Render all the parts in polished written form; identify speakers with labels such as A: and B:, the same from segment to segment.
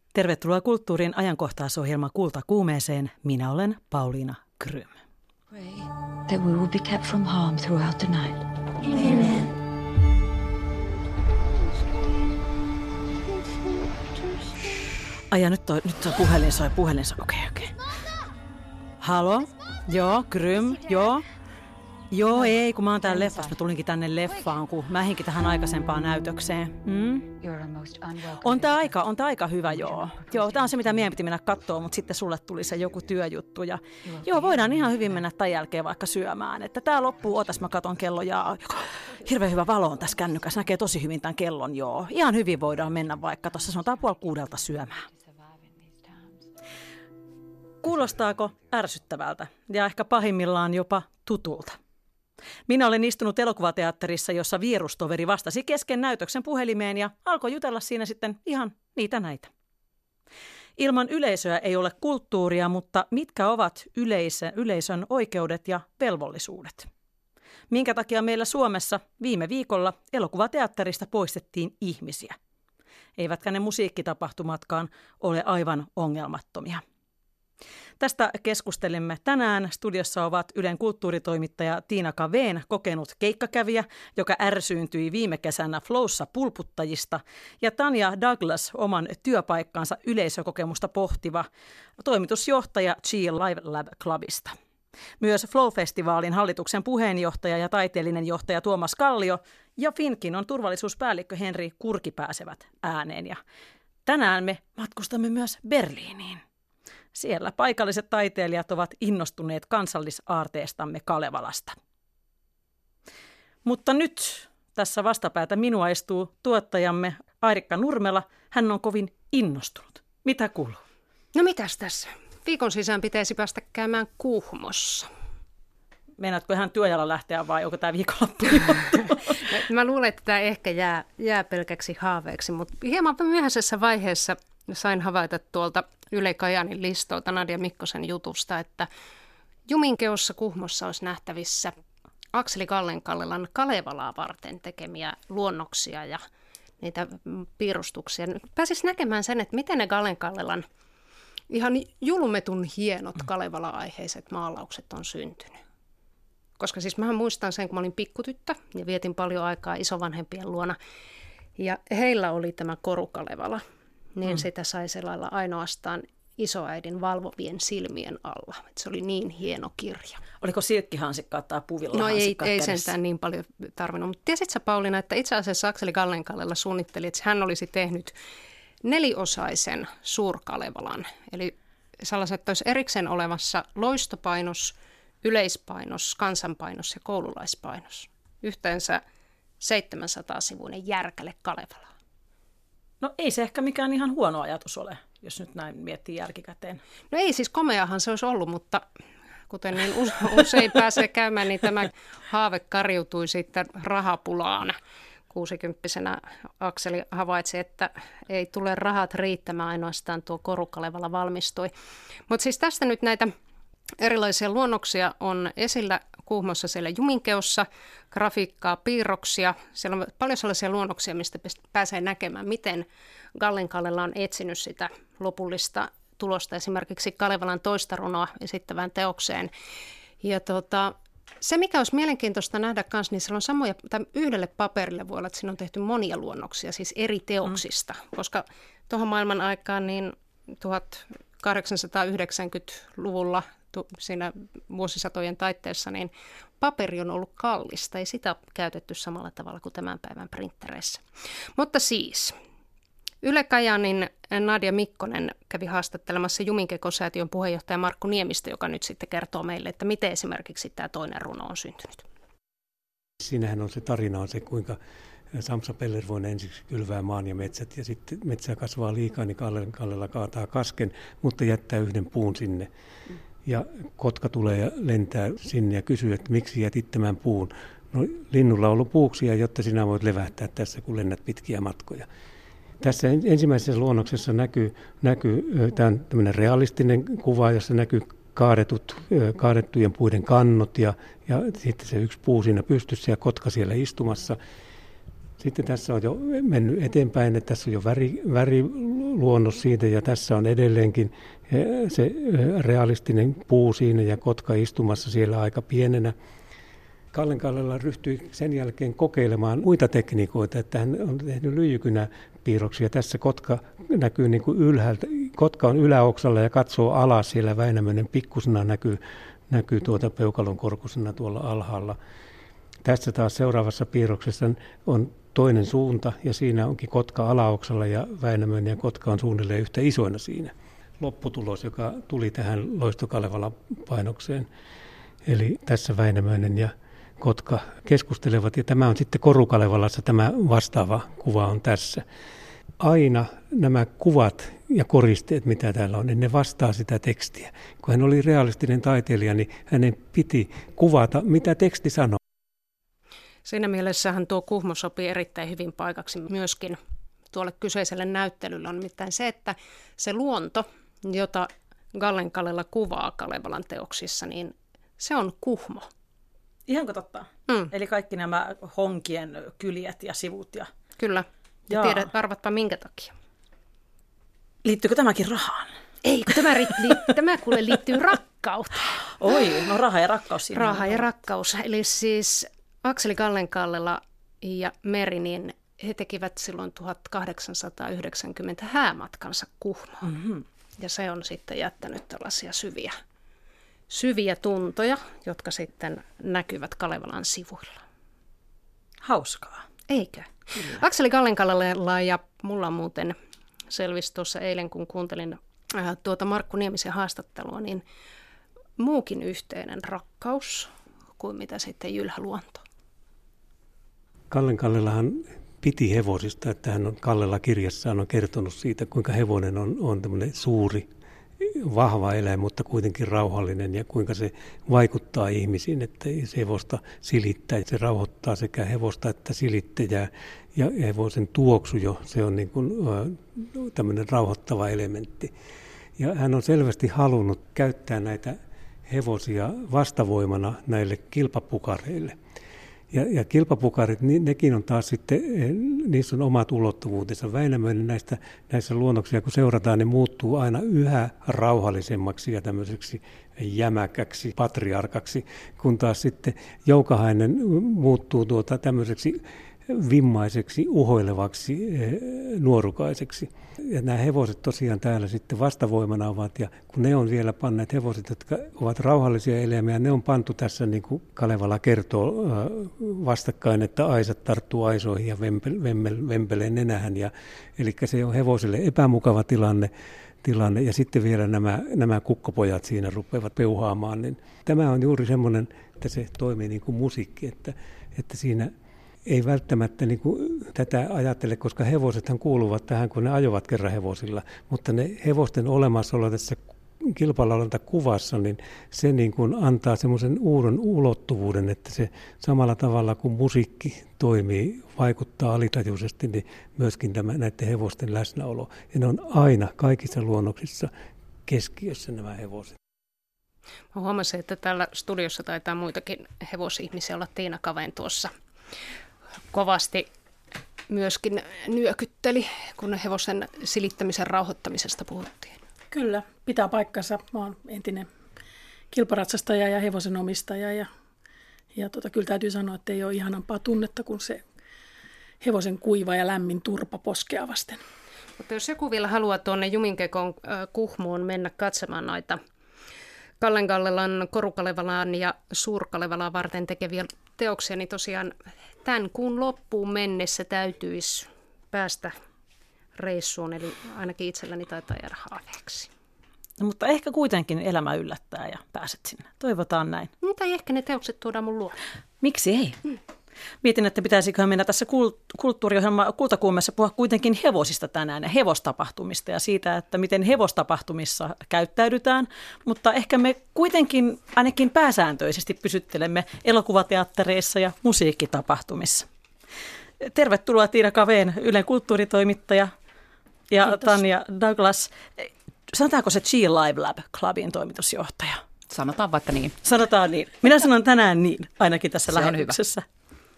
A: Tervetuloa Kulttuurin ajankohtaisohjelma Kulta kuumeeseen. Minä olen Pauliina Krym.
B: Pray that we will be kept from harm throughout the night.
C: Amen.
A: Ai nyt soi puhelin. Okei. Halo? Joo, Krym, joo. Joo, ei, kun mä oon täällä leffassa. Mä tulinkin tänne leffaan, kun mähinkin tähän aikaisempaan näytökseen. On tää aika hyvä, joo. Joo, tää on se, mitä meidän piti mennä kattoo, mutta sitten sulle tuli se joku työjuttu. Ja joo, voidaan ihan hyvin mennä tämän jälkeen vaikka syömään. Että tää loppuu, otas mä katon kello ja hirveän hyvä valo on tässä kännykässä. Näkee tosi hyvin tämän kellon, joo. Ihan hyvin voidaan mennä vaikka tuossa sanotaan 5:30 syömään. Kuulostaako ärsyttävältä ja ehkä pahimmillaan jopa tutulta? Minä olen istunut elokuvateatterissa, jossa vierustoveri vastasi kesken näytöksen puhelimeen ja alkoi jutella siinä sitten ihan niitä näitä. Ilman yleisöä ei ole kulttuuria, mutta mitkä ovat yleisön oikeudet ja velvollisuudet? Minkä takia meillä Suomessa viime viikolla elokuvateatterista poistettiin ihmisiä? Eivätkä ne musiikkitapahtumatkaan ole aivan ongelmattomia. Tästä keskustelemme tänään. Studiossa ovat Ylen kulttuuritoimittaja Tiina Cavén, kokenut keikkakävijä, joka ärsyyntyi viime kesänä Flowssa pulputtajista, ja Tanja Douglas, oman työpaikkansa yleisökokemusta pohtiva toimitusjohtaja Chill Live Lab Clubista. Myös Flow-festivaalin hallituksen puheenjohtaja ja taiteellinen johtaja Tuomas Kallio ja Finkin turvallisuuspäällikkö Henri Kurki pääsevät ääneen. Ja tänään me matkustamme myös Berliiniin. Siellä paikalliset taiteilijat ovat innostuneet kansallisaarteestamme Kalevalasta. Mutta nyt tässä vastapäätä minua istuu tuottajamme Airikka Nurmela. Hän on kovin innostunut. Mitä kuuluu?
D: No mitäs tässä? Viikon sisään pitäisi päästä käymään Kuhmossa.
A: Meinaatko ihan työajalla lähteä vai onko tämä viikonloppu juttu?
D: Mä luulen, että tämä ehkä jää pelkäksi haaveeksi, mutta hieman myöhäisessä vaiheessa sain havaita tuolta Yle Kajanin listolta Nadia Mikkosen jutusta, että Juminkeossa Kuhmossa olisi nähtävissä Akseli Gallen-Kallelan Kalevalaa varten tekemiä luonnoksia ja niitä piirustuksia. Pääsis näkemään sen, että miten ne Gallen-Kallelan ihan julmetun hienot Kalevala-aiheiset maalaukset on syntynyt. Koska siis mähän muistan sen, kun mä olin pikkutyttö ja vietin paljon aikaa isovanhempien luona. Ja heillä oli tämä Korukalevala. Niin sitä sai sellailla ainoastaan isoäidin valvovien silmien alla. Se oli niin hieno kirja.
A: Oliko silkkihansikkaat tai puvillahansikkaat?
D: No ei sentään niin paljon tarvinnut. Mutta tiesit sä, Pauliina, että itse asiassa Akseli Gallen-Kallela suunnitteli, että hän olisi tehnyt 4-osaisen suurkalevalan. Eli sellaiset, että olisi erikseen olemassa loistopainos, yleispainos, kansanpainos ja koululaispainos. Yhteensä 700-sivuinen järkäle Kalevala.
A: No ei se ehkä mikään ihan huono ajatus ole, jos nyt näin miettii jälkikäteen.
D: No ei siis komeahan se olisi ollut, mutta kuten niin usein pääsee käymään, niin tämä haave karjutui sitten rahapulaan. 60-vuotiaana Akseli havaitsi, että ei tule rahat riittämään, ainoastaan tuo Korukalevala valmistui. Mutta siis tästä nyt näitä erilaisia luonnoksia on esillä Kuhmossa siellä Juminkeossa, grafiikkaa, piirroksia. Siellä on paljon sellaisia luonnoksia, mistä pääsee näkemään, miten Gallen-Kallela on etsinyt sitä lopullista tulosta esimerkiksi Kalevalan toista runoa esittävään teokseen. Ja se, mikä olisi mielenkiintoista nähdä kanssa, niin siellä on samoja, tai yhdelle paperille voi olla, että siinä on tehty monia luonnoksia, siis eri teoksista, koska tuohon maailman aikaan niin 1890-luvulla siinä vuosisatojen taitteessa, niin paperi on ollut kallista, ei sitä käytetty samalla tavalla kuin tämän päivän printtereissä. Mutta siis, Yle Kajanin Nadia Mikkonen kävi haastattelemassa Juminkeko-säätiön puheenjohtaja Markku Niemistä, joka nyt sitten kertoo meille, että miten esimerkiksi tämä toinen runo on syntynyt.
E: Siinähän on se tarina, se kuinka Samsa Pellervoinen ensiksi kylvää maan ja metsät ja sitten metsää kasvaa liikaa, niin Kallela kaataa kasken, mutta jättää yhden puun sinne. Ja kotka tulee ja lentää sinne ja kysyy, että miksi jätit tämän puun. No linnulla on ollut puuksia, jotta sinä voit levähtää tässä, kun lennät pitkiä matkoja. Tässä ensimmäisessä luonnoksessa näkyy tämmöinen realistinen kuva, jossa näkyy kaadettujen puiden kannot ja sitten se yksi puu siinä pystyssä ja kotka siellä istumassa. Sitten tässä on jo mennyt eteenpäin, että tässä on jo väriluonnos siitä ja tässä on edelleenkin se realistinen puu siinä ja kotka istumassa siellä aika pienenä. Kallenkallela ryhtyi sen jälkeen kokeilemaan muita tekniikoita, että hän on tehnyt lyijykynäpiirroksia. Tässä kotka näkyy niin kuin ylhäältä. Kotka on yläoksalla ja katsoo alas siellä. Väinämöinen pikkusena näkyy peukalon korkusena tuolla alhaalla. Tässä taas seuraavassa piirroksessa on toinen suunta ja siinä onkin kotka alaoksalla ja Väinämöinen ja kotka on suunnilleen yhtä isoina siinä. Lopputulos, joka tuli tähän Loisto-Kalevalan painokseen. Eli tässä Väinämöinen ja kotka keskustelevat ja tämä on sitten Koru-Kalevalassa, tämä vastaava kuva on tässä. Aina nämä kuvat ja koristeet, mitä täällä on, niin ne vastaa sitä tekstiä. Kun hän oli realistinen taiteilija, niin hänen piti kuvata, mitä teksti sanoo.
D: Siinä mielessähän tuo Kuhmo sopii erittäin hyvin paikaksi myöskin tuolle kyseiselle näyttelylle. On nimittäin se, että se luonto, jota Gallen-Kallela kuvaa Kalevalan teoksissa, niin se on Kuhmo.
A: Ihanko totta? Eli kaikki nämä honkien kyljet ja sivut. Ja...
D: Kyllä. Ja tiedät, arvatpa minkä takia.
A: Liittyykö tämäkin rahaan?
D: Ei, kun tämä kuule liittyy rakkauteen.
A: Oi, no raha ja rakkaus siinä.
D: Raha ja rakkaus. Eli siis Akseli Gallen-Kallela ja Meri, niin he tekivät silloin 1890 häämatkansa Kuhmoon. Mm-hmm. Ja se on sitten jättänyt tällaisia syviä tuntoja, jotka sitten näkyvät Kalevalan sivuilla.
A: Hauskaa.
D: Eikö? Kyllä. Akseli Gallen-Kallela ja mulla muuten selvisi tuossa eilen, kun kuuntelin Markku Niemisen haastattelua, niin muukin yhteinen rakkaus kuin mitä sitten jylhä luonto.
E: Gallen-Kallelahan piti hevosista, että hän on Kallela-kirjassaan on kertonut siitä, kuinka hevonen on tämmöinen suuri, vahva eläin, mutta kuitenkin rauhallinen ja kuinka se vaikuttaa ihmisiin, että se hevosta silittää. Se rauhoittaa sekä hevosta että silittäjää ja hevosen tuoksu jo, se on niin kuin tämmöinen rauhoittava elementti. Ja hän on selvästi halunnut käyttää näitä hevosia vastavoimana näille kilpapukareille. Ja kilpapukarit, nekin on taas sitten, niissä on omat ulottuvuutensa. Väinämöinen näissä luonnoksia, kun seurataan, ne muuttuu aina yhä rauhallisemmaksi ja tämmöiseksi jämäkäksi patriarkaksi, kun taas sitten Joukahainen muuttuu tämmöiseksi vimmaiseksi, uhoilevaksi, nuorukaiseksi. Ja nämä hevoset tosiaan täällä sitten vastavoimana ovat, ja kun ne on vielä panneet hevoset, jotka ovat rauhallisia eläimiä, ne on pantu tässä, niin kuin Kalevala kertoo, vastakkain, että aisat tarttuu aisoihin ja vempelee nenähän. Eli se on hevoselle epämukava tilanne, ja sitten vielä nämä kukkopojat siinä rupeavat peuhaamaan. Niin tämä on juuri semmoinen, että se toimii niin kuin musiikki, että siinä ei välttämättä niin kuin tätä ajattele, koska hevosethan kuuluvat tähän, kun ne ajovat kerran hevosilla, mutta ne hevosten olemassaolo tässä kilpailualantakuvassa, niin se niin kuin antaa semmoisen uuden ulottuvuuden, että se samalla tavalla kuin musiikki toimii, vaikuttaa alitajuisesti, niin myöskin näiden hevosten läsnäolo. Ja ne on aina kaikissa luonnoksissa keskiössä nämä hevoset.
D: Mä huomasin, että täällä studiossa taitaa muitakin hevosihmisiä olla. Tiina Kaveen tuossa kovasti myöskin nyökytteli, kun kun silittämisen rauhoittamisesta puhuttiin.
C: Kyllä, pitää paikkansa. Mä oon entinen kilparatsastaja ja hevosen omistaja ja kyllä täytyy sanoa, että ei ole ihanampaa tunnetta kuin se hevosen kuiva ja lämmin turpa poskea vasten.
D: Mutta jos joku vielä haluaa tuonne Juminkekon Kuhmoon mennä katsomaan noita Gallen-Kallelan, Koru-Kalevalan ja Suur-Kalevalan varten tekeviä teoksia, niin tosiaan tämän kuun loppuun mennessä täytyisi päästä reissuun, eli ainakin itselläni taitaa jäädä haaveeksi.
A: No, mutta ehkä kuitenkin elämä yllättää ja pääset sinne. Toivotaan näin.
D: Tai ehkä ne teokset tuodaan mun luo.
A: Miksi ei? Mietin, että pitäisiköhän mennä tässä kulttuuriohjelma Kultakuumessa puhua kuitenkin hevosista tänään ja hevostapahtumista ja siitä, että miten hevostapahtumissa käyttäydytään, mutta ehkä me kuitenkin ainakin pääsääntöisesti pysyttelemme elokuvateattereissa ja musiikkitapahtumissa. Tervetuloa Tiina Kaveen, Ylen kulttuuritoimittaja ja kiitos. Tanja Douglas. Sanotaanko se G Live Lab Clubin toimitusjohtaja?
F: Sanotaan vaikka niin.
A: Sanotaan niin. Minä sanon tänään niin, ainakin tässä lähetyksessä.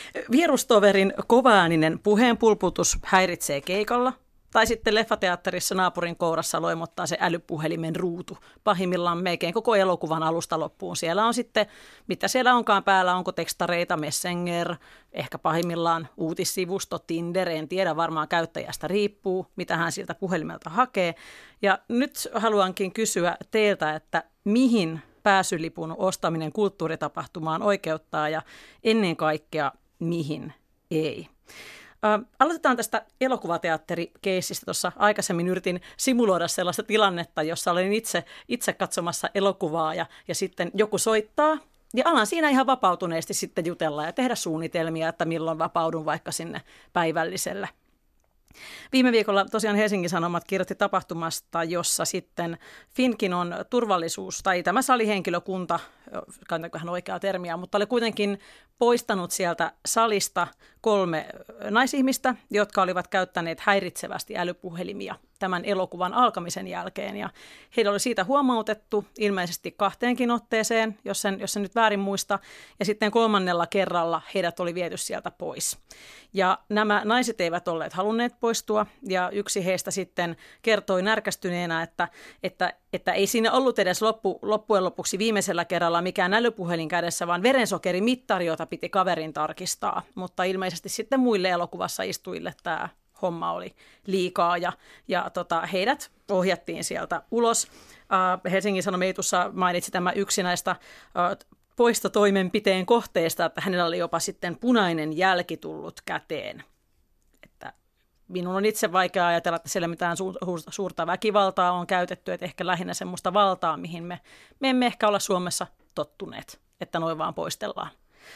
A: Vierustoverin kovaääninen puheenpulputus häiritsee keikalla. Tai sitten leffateatterissa naapurin kourassa loimottaa se älypuhelimen ruutu. Pahimmillaan melkein koko elokuvan alusta loppuun. Siellä on sitten, mitä siellä onkaan päällä, onko tekstareita, Messenger, ehkä pahimmillaan uutissivusto, Tinder, en tiedä, varmaan käyttäjästä riippuu, mitä hän siltä puhelimelta hakee. Ja nyt haluankin kysyä teiltä, että mihin pääsylipun ostaminen kulttuuritapahtumaan oikeuttaa ja ennen kaikkea mihin ei. Aloitetaan tästä elokuvateatterikeissistä. Tuossa aikaisemmin yritin simuloida sellaista tilannetta, jossa olen itse katsomassa elokuvaa ja sitten joku soittaa. Ja alan siinä ihan vapautuneesti sitten jutella ja tehdä suunnitelmia, että milloin vapaudun vaikka sinne päivälliselle. Viime viikolla tosiaan Helsingin Sanomat kirjoitti tapahtumasta, jossa sitten Finkinon turvallisuus, tai tämä salihenkilökunta, kannataankohan oikeaa termiä, mutta oli kuitenkin poistanut sieltä salista 3 naisihmistä, jotka olivat käyttäneet häiritsevästi älypuhelimia tämän elokuvan alkamisen jälkeen. Ja heillä oli siitä huomautettu ilmeisesti 2 otteeseen, jos en nyt väärin muista, ja sitten 3. kerralla heidät oli viety sieltä pois. Ja nämä naiset eivät olleet halunneet poistua, ja yksi heistä sitten kertoi närkästyneenä, että ei siinä ollut edes loppujen lopuksi viimeisellä kerralla mikään älypuhelin kädessä, vaan verensokerimittari, jota piti kaverin tarkistaa. Mutta ilmeisesti sitten muille elokuvassa istujille tämä homma oli liikaa ja heidät ohjattiin sieltä ulos. Helsingin Sanomitussa mainitsi tämä yksi näistä poistotoimenpiteen kohteesta, että hänellä oli jopa sitten punainen jälki tullut käteen. Että minun on itse vaikea ajatella, että siellä mitään suurta väkivaltaa on käytetty, että ehkä lähinnä semmoista valtaa, mihin me emme ehkä olla Suomessa tottuneet, että noin vaan poistellaan.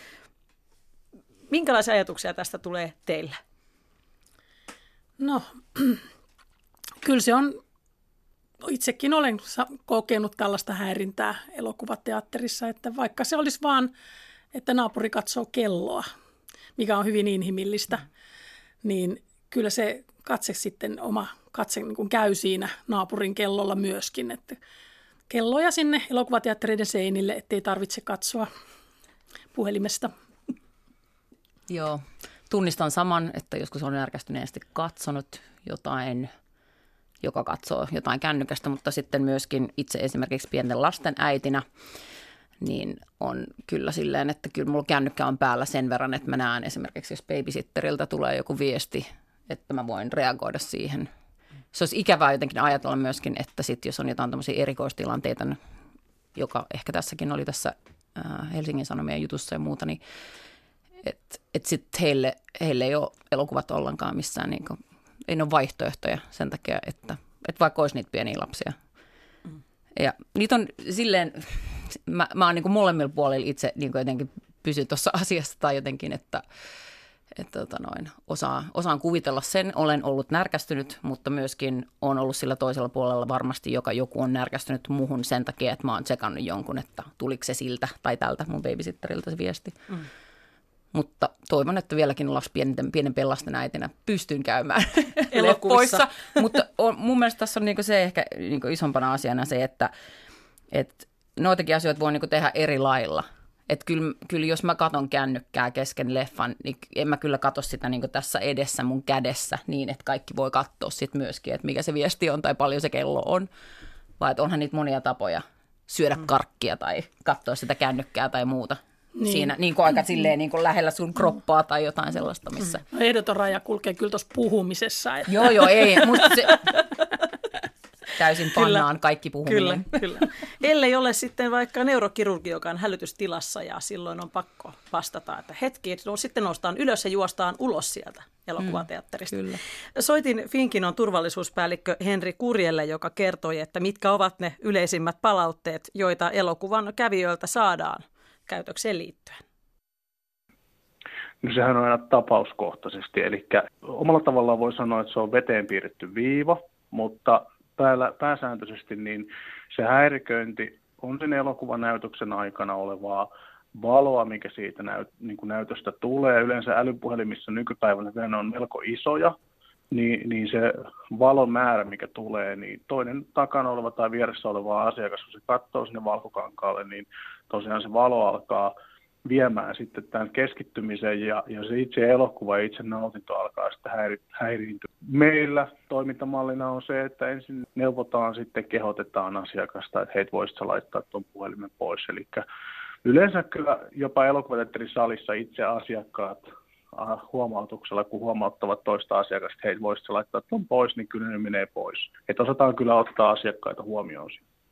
A: Minkälaisia ajatuksia tästä tulee teille?
C: No, kyllä se on, itsekin olen kokenut tällaista häirintää elokuvateatterissa, että vaikka se olisi vaan, että naapuri katsoo kelloa, mikä on hyvin inhimillistä, niin kyllä se oma katse niin kuin käy siinä naapurin kellolla myöskin, että kelloja sinne elokuvateattereiden seinille, ettei tarvitse katsoa puhelimesta.
F: Joo, tunnistan saman, että joskus olen närkästyneesti katsonut jotain, joka katsoo jotain kännykästä, mutta sitten myöskin itse esimerkiksi pienten lasten äitinä, niin on kyllä silleen, että kyllä mulla kännykkä on päällä sen verran, että mä näen esimerkiksi, jos babysitteriltä tulee joku viesti, että mä voin reagoida siihen. Se olisi ikävää jotenkin ajatella myöskin, että sitten jos on jotain tämmöisiä erikoistilanteita, joka ehkä tässäkin oli tässä Helsingin Sanomien jutussa ja muuta, niin että sitten heille ei ole elokuvat ollenkaan missään, niin kuin, ei ole vaihtoehtoja sen takia, että vaikka olisi niitä pieniä lapsia. Ja niitä on silleen, mä oon niin kuin molemmilla puolilla itse niin kuin jotenkin pysy tuossa asiassa tai jotenkin, että osaan kuvitella sen. Olen ollut närkästynyt, mutta myöskin on ollut sillä toisella puolella varmasti, joku on närkästynyt muhun sen takia, että mä oon tsekannut jonkun, että tuliko se siltä tai tältä mun babysitteriltä se viesti. Mutta toivon, että vieläkin pienen lasten äitinä pystyn käymään elokuvissa. Mutta mun mielestä tässä on niinku se ehkä niinku isompana asiana se, että noitakin asioita voi niinku tehdä eri lailla. Että kyllä jos mä katon kännykkää kesken leffan, niin en mä kyllä katso sitä niinku tässä edessä mun kädessä niin, että kaikki voi katsoa sit myöskin, että mikä se viesti on tai paljon se kello on. Vai että onhan niitä monia tapoja syödä karkkia tai katsoa sitä kännykkää tai muuta. Niin. Siinä niin kuin aika silleen niin kuin lähellä sun kroppaa tai jotain sellaista, missä...
C: No ehdoton raja kulkee kyllä tuossa puhumisessa. Että...
F: Joo, ei. Musta se täysin pannaan kaikki puhuminen.
A: Kyllä. Ellei ole sitten vaikka neurokirurgi, joka on hälytystilassa ja silloin on pakko vastata, että hetki, sitten noustaan ylös ja juostaan ulos sieltä elokuvateatterista. Kyllä. Soitin Finkinon turvallisuuspäällikkö Henri Kurjelle, joka kertoi, että mitkä ovat ne yleisimmät palautteet, joita elokuvan kävijöiltä saadaan käytökseen liittyen?
G: No sehän on aina tapauskohtaisesti, eli omalla tavallaan voi sanoa, että se on veteen piirretty viiva, mutta pääsääntöisesti niin se häiriköinti on sen elokuvanäytöksen aikana olevaa valoa, mikä siitä niin kuin näytöstä tulee. Yleensä älypuhelimissa nykypäivänä ne on melko isoja, niin se valon määrä, mikä tulee, niin toinen takana oleva tai vieressä oleva asiakas, kun se katsoo sinne valkokankaalle, niin tosiaan se valo alkaa viemään sitten tämän keskittymisen ja se itse elokuva ja itse nautinto alkaa sitten häiriintyä. Meillä toimintamallina on se, että ensin neuvotaan, sitten kehotetaan asiakasta, että hei, voisitko laittaa tuon puhelimen pois. Eli yleensä kyllä jopa elokuvateatterisalissa itse asiakkaat huomautuksella, kun huomauttavat toista asiakasta, että hei, voisitko laittaa tuon pois, niin kyllä ne menee pois. Että osataan kyllä ottaa asiakkaita huomioon.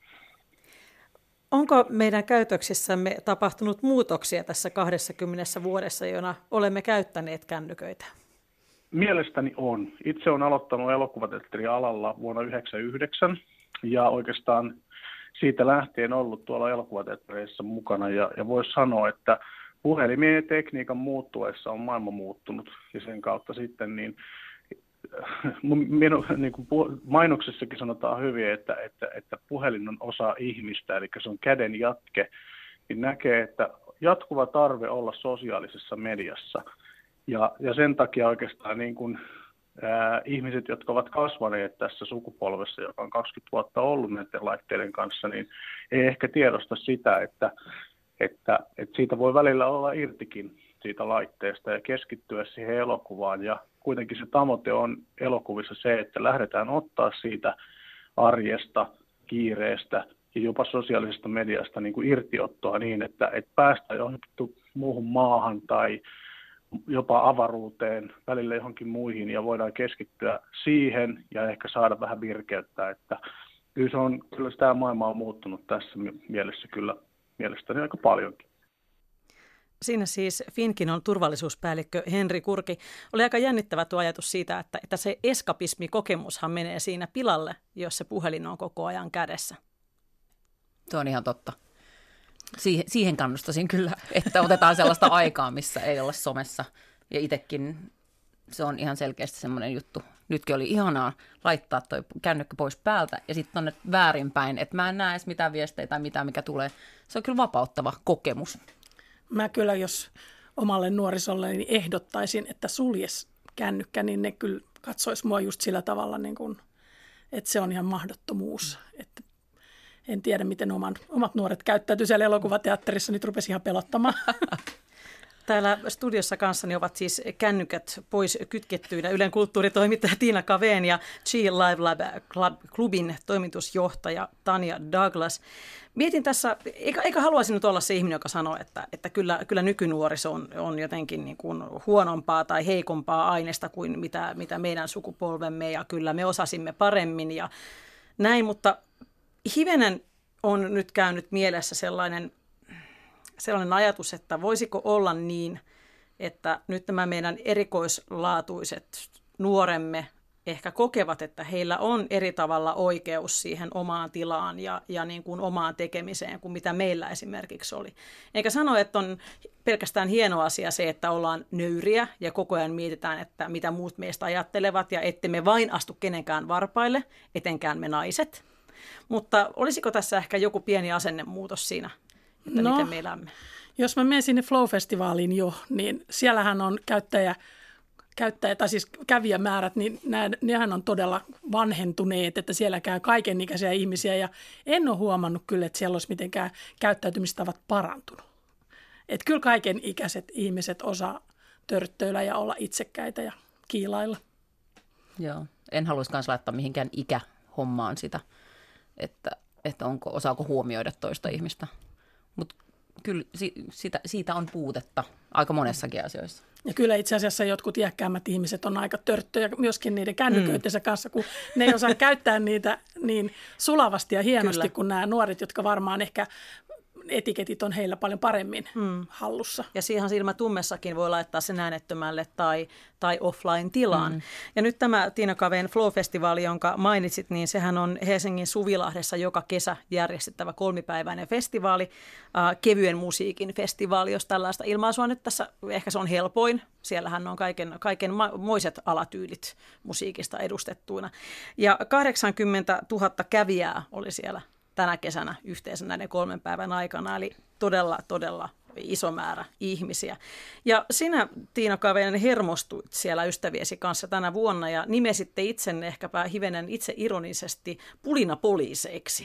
A: Onko meidän käytöksissämme tapahtunut muutoksia tässä 20 vuodessa, jona olemme käyttäneet kännyköitä?
G: Mielestäni on. Itse olen aloittanut elokuvateatterialalla vuonna 1999 ja oikeastaan siitä lähtien ollut tuolla elokuvateattereissa mukana ja voisi sanoa, että puhelimien ja tekniikan muuttuessa on maailma muuttunut ja sen kautta sitten niin kuin mainoksessakin sanotaan hyvin, että puhelin on osa ihmistä, eli se on käden jatke, niin näkee, että jatkuva tarve olla sosiaalisessa mediassa. Ja sen takia oikeastaan niin kuin, ihmiset, jotka ovat kasvaneet tässä sukupolvessa, joka on 20 vuotta ollut näiden laitteiden kanssa, niin ei ehkä tiedosta sitä, että siitä voi välillä olla irtikin siitä laitteesta ja keskittyä siihen elokuvaan. Ja kuitenkin se tavoite on elokuvissa se, että lähdetään ottaa siitä arjesta, kiireestä ja jopa sosiaalisesta mediasta niin kuin irtiottoa niin, että päästään johonkin muuhun maahan tai jopa avaruuteen, välillä johonkin muihin ja voidaan keskittyä siihen ja ehkä saada vähän virkeyttä. Että kyllä tämä maailma on muuttunut tässä mielessä kyllä mielestäni aika paljonkin.
A: Siinä siis Finkinon turvallisuuspäällikkö Henri Kurki. Oli aika jännittävä tuo ajatus siitä, että se eskapismikokemushan menee siinä pilalle, jos se puhelin on koko ajan kädessä.
F: Tuo on ihan totta. Siihen kannustaisin kyllä, että otetaan sellaista aikaa, missä ei ole somessa. Ja itsekin se on ihan selkeästi semmoinen juttu. Nytkin oli ihanaa laittaa toi kännykkä pois päältä ja sitten tonne väärinpäin, että mä en näe edes mitään viestejä tai mitään, mikä tulee. Se on kyllä vapauttava kokemus.
C: Mä kyllä, jos omalle nuorisolle niin ehdottaisin, että suljes kännykkä, niin ne kyllä katsois mua just sillä tavalla, niin kuin, että se on ihan mahdottomuus. Että en tiedä, miten omat nuoret käyttäytyy siellä elokuvateatterissa, nyt rupesi ihan pelottamaan.
A: Täällä studiossa kanssani ovat siis kännykät pois kytkettyinä Ylen kulttuuritoimittaja Tiina Cavén ja Chi Live Lab Clubin toimitusjohtaja Tanja Douglas. Mietin tässä, eikä haluaisin nyt olla se ihminen, joka sanoo, että kyllä nykynuoriso on jotenkin niin kuin huonompaa tai heikompaa aineesta kuin mitä meidän sukupolvemme ja kyllä me osasimme paremmin ja näin, mutta hivenen on nyt käynyt mielessä sellainen ajatus, että voisiko olla niin, että nyt nämä meidän erikoislaatuiset nuoremme ehkä kokevat, että heillä on eri tavalla oikeus siihen omaan tilaan ja niin kuin omaan tekemiseen kuin mitä meillä esimerkiksi oli. Eikä sano, että on pelkästään hieno asia se, että ollaan nöyriä ja koko ajan mietitään, että mitä muut meistä ajattelevat ja ettemme vain astu kenenkään varpaille, etenkään me naiset. Mutta olisiko tässä ehkä joku pieni asennemuutos siinä, että miten me elämme?
C: Jos mä menen sinne Flow-festivaaliin jo, niin siellähän on tai siis kävijämäärät, niin nehän on todella vanhentuneet, että siellä käy kaikenikäisiä ihmisiä ja en ole huomannut kyllä, että siellä olisi mitenkään käyttäytymistavat parantunut. Että kyllä kaikenikäiset ihmiset osaa törttöillä ja olla itsekkäitä ja kiilailla. Joo,
F: en haluaisi myös laittaa mihinkään ikähommaan sitä, että osaako huomioida toista ihmistä, mutta kyllä siitä on puutetta aika monessakin asioissa.
C: Ja kyllä itse asiassa jotkut iäkkäämmät ihmiset on aika törttöjä myöskin niiden kännyköitensä kanssa, kun ne ei osaa käyttää niitä niin sulavasti ja hienosti kyllä kuin nämä nuoret, jotka varmaan ehkä etiketit on heillä paljon paremmin hallussa.
A: Ja siihen silmä tummessakin voi laittaa sen äänettömälle tai offline-tilaan. Ja nyt tämä Tiina Cavén Flow-festivaali, jonka mainitsit, niin sehän on Helsingin Suvilahdessa joka kesä järjestettävä 3-päiväinen festivaali, kevyen musiikin festivaali, jos tällaista ilmaisua nyt tässä, ehkä se on helpoin. Siellähän on kaikenmoiset alatyylit musiikista edustettuina. Ja 80 000 kävijää oli siellä tänä kesänä yhteensä näiden 3 päivän aikana, eli todella, todella iso määrä ihmisiä. Ja sinä, Tiina Cavén, hermostuit siellä ystäviesi kanssa tänä vuonna ja nimesitte itsenne ehkäpä hivenen itse ironisesti pulinapoliiseiksi.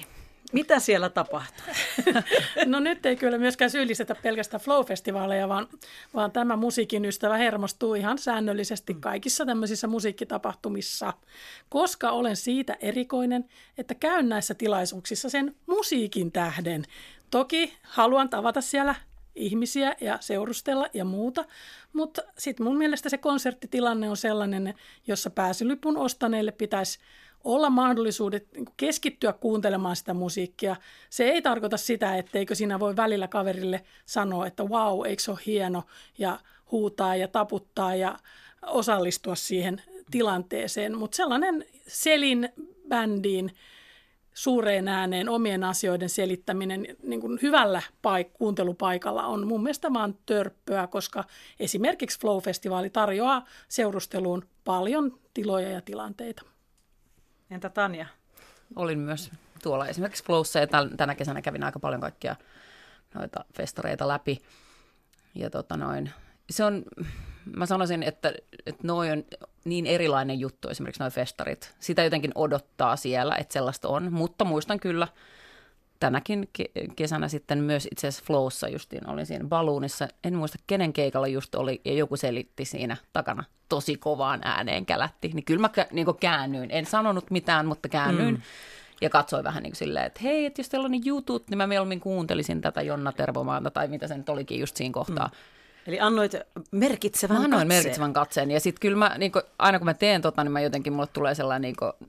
A: Mitä siellä tapahtuu?
C: No nyt ei kyllä myöskään syyllistetä pelkästään Flow-festivaaleja, vaan tämä musiikin ystävä hermostuu ihan säännöllisesti kaikissa tämmöisissä musiikkitapahtumissa, koska olen siitä erikoinen, että käyn näissä tilaisuuksissa sen musiikin tähden. Toki haluan tavata siellä ihmisiä ja seurustella ja muuta, mutta sitten mun mielestä se konserttitilanne on sellainen, jossa pääsylipun ostaneille pitäisi olla mahdollisuudet keskittyä kuuntelemaan sitä musiikkia. Se ei tarkoita sitä, etteikö siinä voi välillä kaverille sanoa, että vau, eikö se ole hieno, ja huutaa ja taputtaa ja osallistua siihen tilanteeseen. Mutta sellainen selin bändiin suureen ääneen omien asioiden selittäminen niin kuin hyvällä kuuntelupaikalla on mun mielestä vaan törppöä, koska esimerkiksi Flow-festivaali tarjoaa seurusteluun paljon tiloja ja tilanteita.
A: Entä Tanja?
F: Olin myös tuolla esimerkiksi Flowssa ja tänä kesänä kävin aika paljon kaikkia noita festareita läpi. Ja se on, mä sanoisin, että noi on niin erilainen juttu, esimerkiksi noi festarit. Sitä jotenkin odottaa siellä, että sellaista on, mutta muistan kyllä tänäkin kesänä sitten myös itse asiassa Flowssa justiin olin siinä Balloonissa. En muista kenen keikalla just oli ja joku selitti siinä takana tosi kovaan ääneen kälätti. Niin kyllä mä käännyin. En sanonut mitään, mutta käännyin ja katsoin vähän niin kuin silleen, että hei, että jos teillä on niin jutut, niin mä mieluummin kuuntelisin tätä Jonna Tervomaata tai mitä se nyt olikin just siinä kohtaa.
A: Eli annoit merkitsevän katseen.
F: Annoin merkitsevän katseen ja sitten kyllä mä, niin kuin, aina kun mä teen niin mä jotenkin, mulle tulee sellainen niin kuin,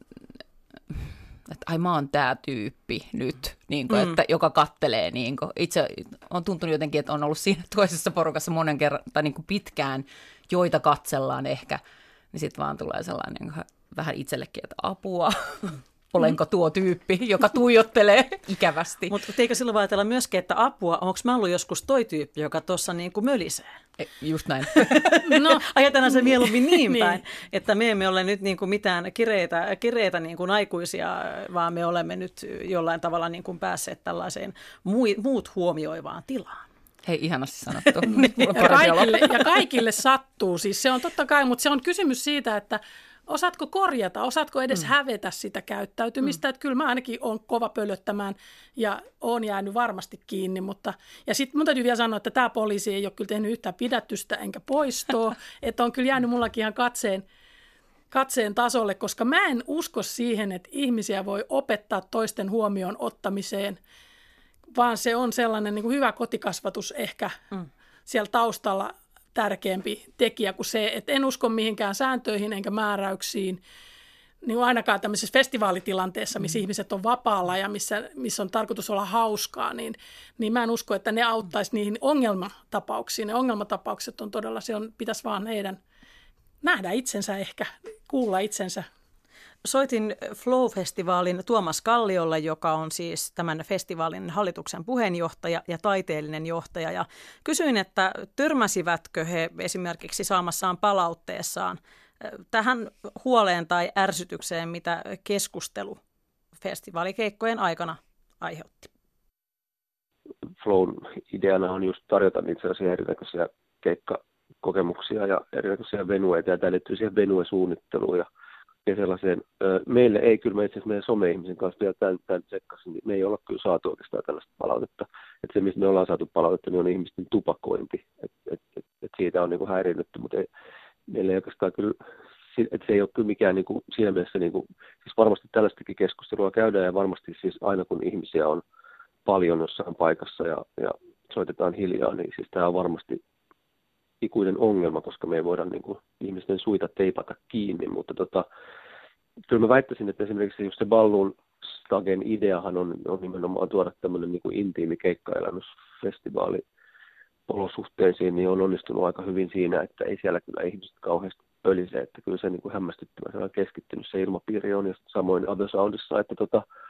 F: että ai mä oon tää tyyppi nyt, niin kuin, että joka kattelee. Niin kuin. Itse on tuntunut jotenkin, että on ollut siinä toisessa porukassa monen kerran, tai niin kuin pitkään, joita katsellaan ehkä, niin sitten vaan tulee sellainen niin kuin, vähän itsellekin, että apua, olenko tuo tyyppi, joka tuijottelee ikävästi.
A: Mutta eikö silloin ajatella myöskin, että apua, onko mä ollut joskus toi tyyppi, joka tuossa niin kuin mölisee?
F: Just näin.
A: No, ajatellaan se mieluummin niin päin, että me emme ole nyt niin kuin mitään kireitä niin kuin aikuisia, vaan me olemme nyt jollain tavalla niin kuin päässeet tällaiseen muut huomioivaan tilaan.
F: Hei, ihanasti sanottu.
C: Ja kaikille sattuu. Siis se on totta kai, mutta se on kysymys siitä, että osaatko korjata, osaatko edes hävetä sitä käyttäytymistä, että kyllä mä ainakin olen kova pölöttämään ja olen jäänyt varmasti kiinni, ja sitten mun täytyy vielä sanoa, että tämä poliisi ei ole kyllä tehnyt yhtään pidätystä enkä poistoa, että on kyllä jäänyt mullakin ihan katseen tasolle, koska mä en usko siihen, että ihmisiä voi opettaa toisten huomioon ottamiseen, vaan se on sellainen niin kuin hyvä kotikasvatus ehkä siellä taustalla tärkeämpi tekijä kuin se, että en usko mihinkään sääntöihin enkä määräyksiin, niin ainakaan tämmöisessä festivaalitilanteessa, missä ihmiset on vapaalla ja missä on tarkoitus olla hauskaa, niin mä en usko, että ne auttaisi niihin ongelmatapauksiin. Ne ongelmatapaukset on todella, pitäisi vaan heidän nähdä itsensä ehkä, kuulla itsensä.
A: Soitin Flow-festivaalin Tuomas Kalliolle, joka on siis tämän festivaalin hallituksen puheenjohtaja ja taiteellinen johtaja. Ja kysyin, että törmäsivätkö he esimerkiksi saamassaan palautteessaan tähän huoleen tai ärsytykseen, mitä keskustelu festivaalikeikkojen aikana aiheutti.
H: Flown ideana on just tarjota niitä sellaisia erinäköisiä keikkakokemuksia ja erinäköisiä venueita, ja tämä liittyy siihen venuesuunnitteluun ja sellaiseen. Meille ei kyllä, itse asiassa meidän some-ihmisen kanssa vielä tämän tsekkasin, niin me ei olla kyllä saatu oikeastaan tällaista palautetta. Että se, mistä me ollaan saatu palautetta, niin on ihmisten tupakointi. Et siitä on niin kuin häiriinnytty, mutta meillä ei oikeastaan kyllä, että se ei ole kyllä mikään niin kuin siinä mielessä, niin kuin, siis varmasti tällaistakin keskustelua käydään ja varmasti siis aina kun ihmisiä on paljon jossain paikassa ja soitetaan hiljaa, niin siis tämä on varmasti ikuinen ongelma, koska me ei voida niin kuin ihmisten suita teipata kiinni, mutta kyllä mä väittäisin, että esimerkiksi just se Balloon Stagen ideahan on nimenomaan tuoda tämmöinen niin kuin intiimi keikkaelämysfestivaali olosuhteisiin, niin on onnistunut aika hyvin siinä, että ei siellä kyllä ihmiset kauheasti pölise, että kyllä se niin kuin hämmästyttävän keskittynyt se ilmapiiri on, ja samoin Other Soundissa, että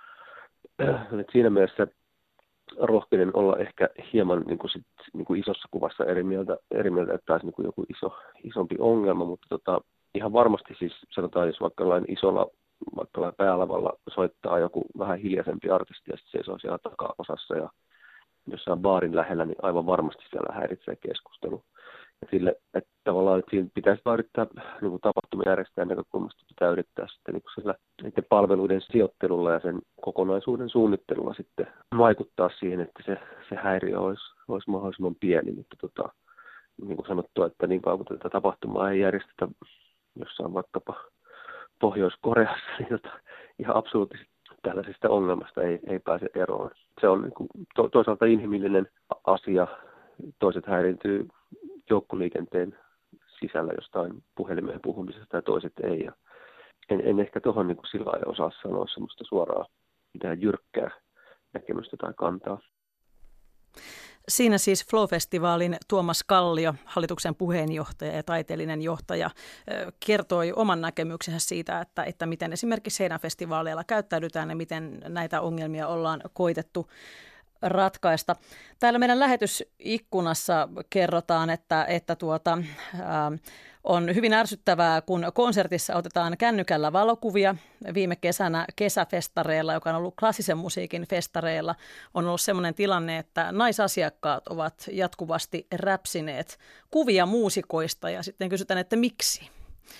H: siinä mielessä rohkeinen olla ehkä hieman niin kuin isossa kuvassa eri mieltä että taisi niin kuin joku isompi ongelma, mutta ihan varmasti siis sanotaan, jos vaikka isolla päälavalla soittaa joku vähän hiljaisempi artisti ja sitten seisoo siellä takaosassa ja jossain baarin lähellä, niin aivan varmasti siellä häiritsee keskustelu. sille, että tavallaan että siinä pitäisi yrittää niin kuin tapahtumien järjestäjän näkökulmasta pitää yrittää sitten niin kuin sillä niiden palveluiden sijoittelulla ja sen kokonaisuuden suunnittelulla sitten vaikuttaa siihen, että se häiriö olisi mahdollisimman pieni, mutta niin kuin sanottua, että niin kauan kuin tätä tapahtumaa ei järjestetä jossain vaikkapa Pohjois-Koreassa, niin ihan absoluuttisesti tällaisesta ongelmasta ei pääse eroon. Se on niin kuin toisaalta inhimillinen asia. Toiset häiriintyy joukkoliikenteen sisällä jostain puhelimeen puhumisesta ja toiset ei. Ja en ehkä tuohon niin kuin sillä lailla osaa sanoa semmoista suoraa mitään jyrkkää näkemystä tai kantaa.
A: Siinä siis Flow-festivaalin Tuomas Kallio, hallituksen puheenjohtaja ja taiteellinen johtaja, kertoi oman näkemyksensä siitä, että miten esimerkiksi heidän festivaaleilla käyttäydytään ja miten näitä ongelmia ollaan koitettu ratkaista. Täällä meidän lähetysikkunassa kerrotaan, että on hyvin ärsyttävää, kun konsertissa otetaan kännykällä valokuvia. Viime kesänä kesäfestareilla, joka on ollut klassisen musiikin festareilla, on ollut sellainen tilanne, että naisasiakkaat ovat jatkuvasti räpsineet kuvia muusikoista ja sitten kysytään, että miksi?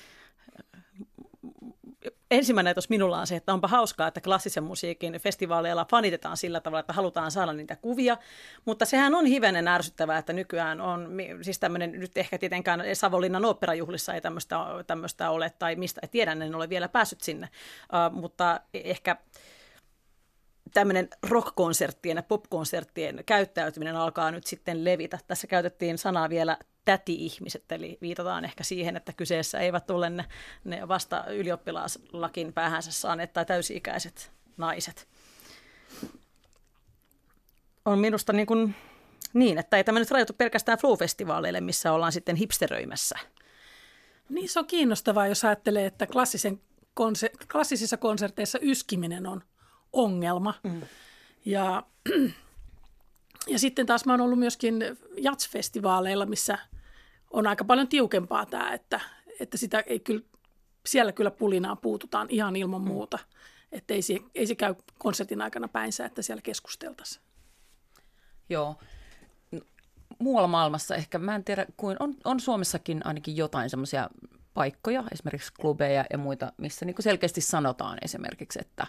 A: Ensimmäinen ajatus minulla on se, että onpa hauskaa, että klassisen musiikin festivaaleilla fanitetaan sillä tavalla, että halutaan saada niitä kuvia, mutta sehän on hivenen ärsyttävää, että nykyään on, siis tämmöinen, nyt ehkä tietenkään Savonlinnan oopperajuhlissa ei tämmöistä ole, tai mistä tiedän, en ole vielä päässyt sinne, mutta ehkä tämmöinen rock-konserttien ja pop-konserttien käyttäytyminen alkaa nyt sitten levitä. Tässä käytettiin sanaa vielä täti-ihmiset, eli viitataan ehkä siihen, että kyseessä eivät ole ne vasta ylioppilaslakin päähänsä saaneet tai täysi-ikäiset naiset. On minusta niin, että ei tämä nyt rajoitu pelkästään Flow-festivaaleille, missä ollaan sitten hipsteröimässä.
C: Niin se on kiinnostavaa, jos ajattelee, että klassisissa konserteissa yskiminen on ongelma. Mm. Ja sitten taas mä oon ollut myöskin jazz-festivaaleilla, missä on aika paljon tiukempaa tämä, että sitä ei kyllä, siellä kyllä pulinaan puututaan ihan ilman muuta. Että ei se käy konsertin aikana päinsä, että siellä keskusteltaisiin.
F: Joo. Muualla maailmassa ehkä, mä en tiedä, on Suomessakin ainakin jotain semmoisia paikkoja, esimerkiksi klubeja ja muita, missä niin kuin selkeästi sanotaan esimerkiksi, että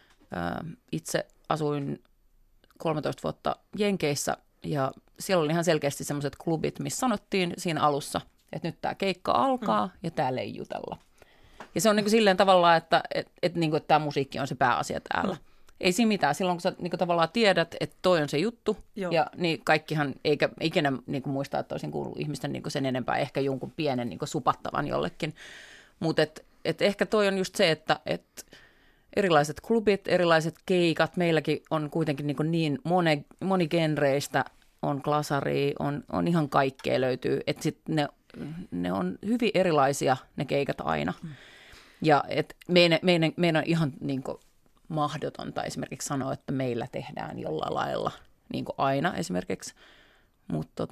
F: itse asuin 13 vuotta Jenkeissä ja siellä oli ihan selkeästi sellaiset klubit, missä sanottiin siinä alussa, että nyt tämä keikka alkaa ja täällä ei jutella. Ja se on niin kuin silleen tavallaan, että tämä musiikki on se pääasia täällä. Ei siinä mitään. Silloin kun sä niin kuin tavallaan tiedät, että toi on se juttu, ja niin kaikkihan eikä ikinä niin kuin muista, että olisin kuullut ihmisten niin kuin sen enempää, ehkä jonkun pienen niin kuin supattavan jollekin. Mutta ehkä toi on just se, että erilaiset klubit, erilaiset keikat, meilläkin on kuitenkin niin monigenreistä, on glasaria, on ihan kaikkea löytyy, että sitten ne on hyvin erilaisia ne keikat aina. Ja meidän on ihan niin kuin mahdotonta esimerkiksi sanoa, että meillä tehdään jollain lailla niin kuin aina esimerkiksi, mutta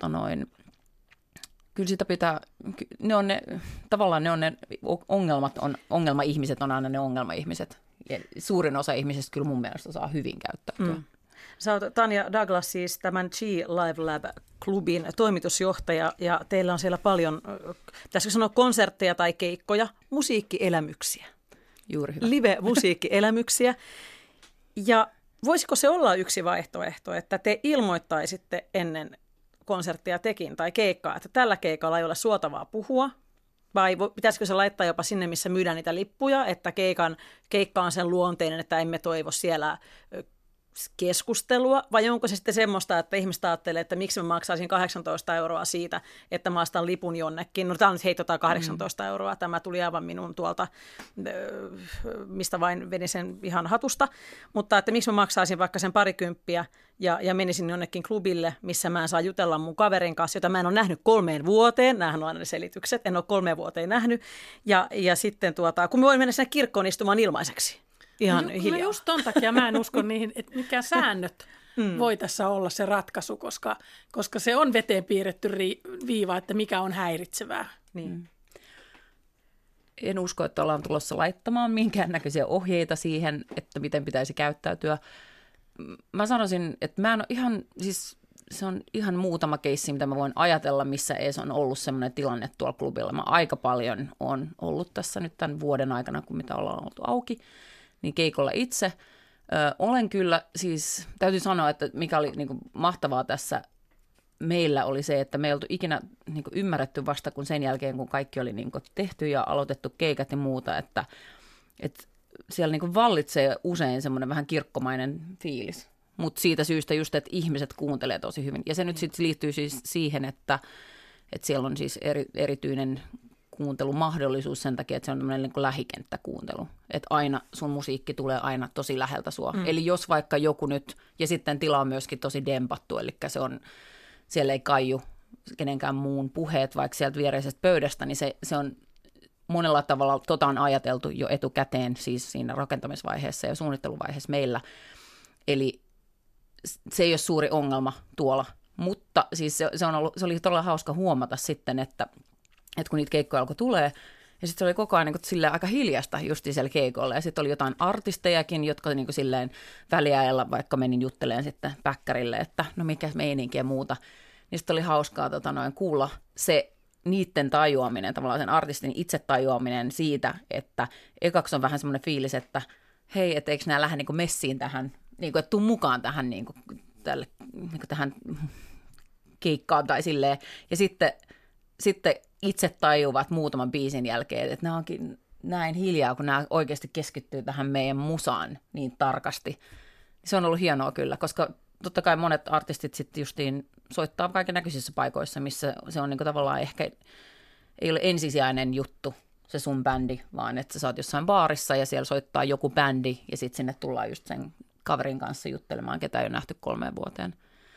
F: kyllä sitä pitää, tavallaan ne ongelmat, ongelma-ihmiset on aina ne ongelma-ihmiset. Ja suurin osa ihmisistä kyllä mun mielestä saa hyvin käyttäytyä.
A: Sä oot Tanja Douglas siis tämän G Live Lab-klubin toimitusjohtaja ja teillä on siellä paljon, pitäisikö sanoa konsertteja tai keikkoja, musiikkielämyksiä.
F: Juuri hyvä.
A: Live-musiikkielämyksiä. Ja voisiko se olla yksi vaihtoehto, että te ilmoittaisitte ennen konserttia tekin tai keikkaa, että tällä keikalla ei ole suotavaa puhua, vai pitäisikö se laittaa jopa sinne, missä myydään niitä lippuja, että keikka on sen luonteinen, että emme toivo siellä keskustelua, vai onko se sitten semmoista, että ihmiset ajattelee, että miksi mä maksaisin 18 € siitä, että mä ostan lipun jonnekin. No tämä on nyt heittotaan 18 €, tämä tuli aivan minun tuolta, mistä vain vedin sen ihan hatusta, mutta että miksi mä maksaisin vaikka sen 20 ja menisin jonnekin klubille, missä mä en saa jutella mun kaverin kanssa, jota mä en ole nähnyt 3 vuoteen, nämähän on aina ne selitykset, en ole 3 vuoteen nähnyt, ja sitten kun mä voin mennä sinne kirkkoon istumaan ilmaiseksi. Ihan hiljaa.
C: Just ton takia mä en usko niihin, että mikään säännöt voi tässä olla se ratkaisu, koska se on veteen piirretty viiva, että mikä on häiritsevää.
F: Niin. En usko, että ollaan tulossa laittamaan minkäännäköisiä ohjeita siihen, että miten pitäisi käyttäytyä. Mä sanoisin, että mä en ole ihan, siis se on ihan muutama keissi, mitä mä voin ajatella, missä edes on ollut semmoinen tilanne tuolla klubilla. Mä aika paljon on ollut tässä nyt tämän vuoden aikana, kun mitä ollaan oltu auki, niin keikolla itse. Olen kyllä, siis täytyy sanoa, että mikä oli niin kuin mahtavaa tässä meillä oli se, että me ei oltu ikinä niin kuin ymmärretty vasta kun sen jälkeen, kun kaikki oli niin kuin tehty ja aloitettu keikat ja muuta, että siellä niin kuin vallitsee usein semmoinen vähän kirkkomainen fiilis. Mutta siitä syystä just, että ihmiset kuuntelee tosi hyvin. Ja se nyt sitten liittyy siis siihen, että siellä on siis erityinen kuuntelumahdollisuus sen takia, että se on tämmöinen niin kuin lähikenttäkuuntelu. Että aina sun musiikki tulee aina tosi läheltä sua. Eli jos vaikka joku nyt, ja sitten tila on myöskin tosi dempattu, eli se on, siellä ei kaiju kenenkään muun puheet, vaikka sieltä viereisestä pöydästä, niin se on monella tavalla on ajateltu jo etukäteen, siis siinä rakentamisvaiheessa ja suunnitteluvaiheessa meillä. Eli se ei ole suuri ongelma tuolla, mutta siis se oli todella hauska huomata sitten, että kun niitä keikkoja alkoi tulee, ja sitten se oli koko ajan niin silleen aika hiljasta justiin siellä keikolla, ja sitten oli jotain artistejakin, jotka niin silleen väliajalla vaikka menin juttelemaan sitten päkkärille, että no mikä meininki ja muuta, niin sitten oli hauskaa kuulla se niiden tajuaminen, tavallaan sen artistin itse tajuaminen siitä, että ekaksi on vähän semmoinen fiilis, että hei, et eikö nämä lähde niin messiin tähän, niin kuin, että tuu mukaan tähän, niin kuin, tähän keikkaan tai silleen. Ja sitten itse tajuvat muutaman biisin jälkeen, että nämä onkin näin hiljaa, kun nämä oikeasti keskittyy tähän meidän musaan niin tarkasti. Se on ollut hienoa kyllä, koska totta kai monet artistit sitten justiin soittaa kaiken näköisissä paikoissa, missä se on niin kuin tavallaan ehkä ei ole ensisijainen juttu se sun bändi, vaan että sä saat jossain baarissa ja siellä soittaa joku bändi ja sitten sinne tullaan just sen kaverin kanssa juttelemaan, ketä ei ole nähty 3 vuoteen.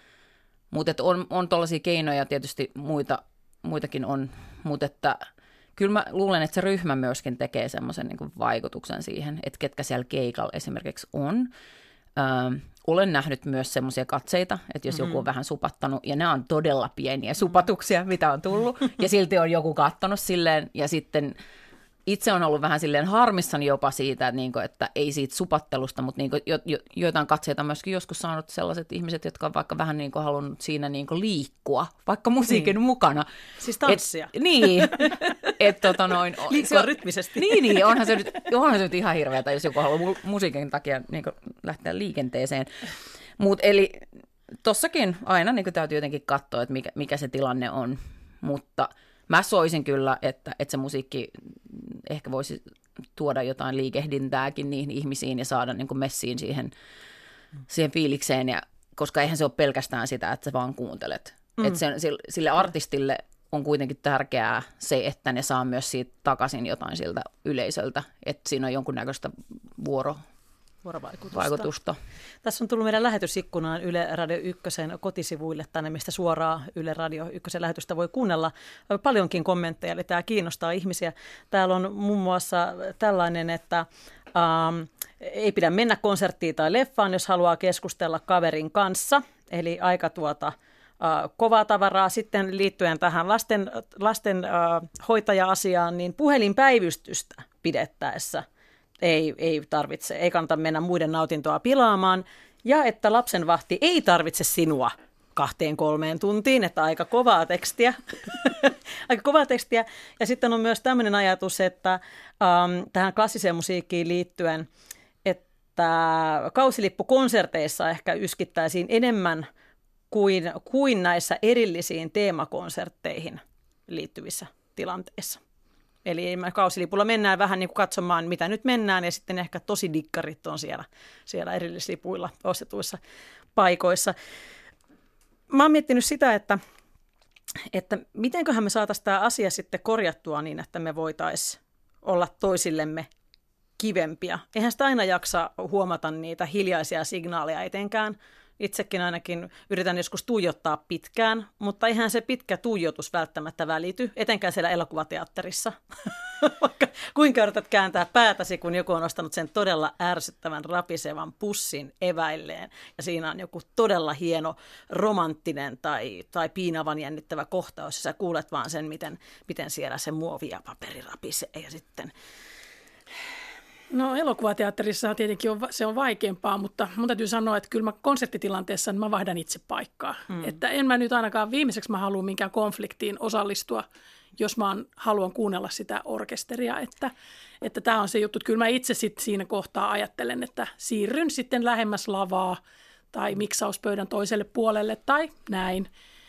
F: Mutta on tollaisia keinoja, tietysti muitakin on, mutta että kyllä mä luulen, että se ryhmä myöskin tekee semmoisen niin kuin vaikutuksen siihen, että ketkä siellä keikalla esimerkiksi on. Olen nähnyt myös semmoisia katseita, että jos joku on vähän supattanut, ja nämä on todella pieniä supatuksia, mitä on tullut, ja silti on joku kattonut silleen, ja sitten itse on ollut vähän silleen harmissani jopa siitä, että ei siitä supattelusta, mutta joitain katseita myöskin joskus saanut sellaiset ihmiset, jotka on vaikka vähän halunnut siinä liikkua, vaikka musiikin mukana.
A: Siis tanssia.
F: Niin.
A: Liikkua rytmisesti.
F: Niin, onhan se nyt ihan hirveätä, jos joku haluaa musiikin takia lähteä liikenteeseen. Mutta eli tossakin aina täytyy jotenkin katsoa, että mikä se tilanne on, mutta mä soisin kyllä, että se musiikki ehkä voisi tuoda jotain liikehdintääkin niihin ihmisiin ja saada messiin siihen fiilikseen, koska eihän se ole pelkästään sitä, että sä vaan kuuntelet. Että sille artistille on kuitenkin tärkeää se, että ne saa myös siitä takaisin jotain siltä yleisöltä, että siinä on jonkunnäköistä vuorovaikutusta.
A: Tässä on tullut meidän lähetysikkunaan Yle Radio 1 kotisivuille tänne, mistä suoraan Yle Radio 1 lähetystä voi kuunnella. Paljonkin kommentteja, eli tämä kiinnostaa ihmisiä. Täällä on muun muassa tällainen, että ei pidä mennä konserttiin tai leffaan, jos haluaa keskustella kaverin kanssa, eli aika kovaa tavaraa. Sitten liittyen tähän lasten hoitaja-asiaan, niin puhelinpäivystystä pidettäessä ei kannata mennä muiden nautintoa pilaamaan, ja että lapsenvahti ei tarvitse sinua 2-3 tuntiin, että aika kovaa tekstiä. Aika kovaa tekstiä. Ja sitten on myös tämmöinen ajatus, että tähän klassiseen musiikkiin liittyen, että kausilippukonserteissa ehkä yskittäisiin enemmän kuin näissä erillisiin teemakonsertteihin liittyvissä tilanteissa. Eli kausilipulla mennään vähän niin kuin katsomaan, mitä nyt mennään, ja sitten ehkä tosi dikkarit on siellä erillislipuilla ostetuissa paikoissa. Mä oon miettinyt sitä, että mitenköhän me saataisiin tämä asia sitten korjattua niin, että me voitaisiin olla toisillemme kivempia. Eihän sitä aina jaksa huomata niitä hiljaisia signaaleja etenkään. Itsekin ainakin yritän joskus tuijottaa pitkään, mutta eihän se pitkä tuijotus välttämättä välity, etenkään siellä elokuvateatterissa. Vaikka kuinka yrität kääntää päätäsi, kun joku on ostanut sen todella ärsyttävän rapisevan pussin eväilleen, ja siinä on joku todella hieno romanttinen tai piinavan jännittävä kohtaus, ja sä kuulet vaan sen, miten siellä se muovi ja paperi rapisee, ja sitten
C: No elokuvateatterissa tietenkin se on vaikeampaa, mutta mun täytyy sanoa, että kyllä mä konserttitilanteessa mä vaihdan itse paikkaa. Että en mä nyt ainakaan viimeiseksi mä haluan minkään konfliktiin osallistua, jos mä haluan kuunnella sitä orkesteria. Että tämä on se juttu, että kyllä mä itse sitten siinä kohtaa ajattelen, että siirryn sitten lähemmäs lavaa tai miksauspöydän toiselle puolelle tai näin.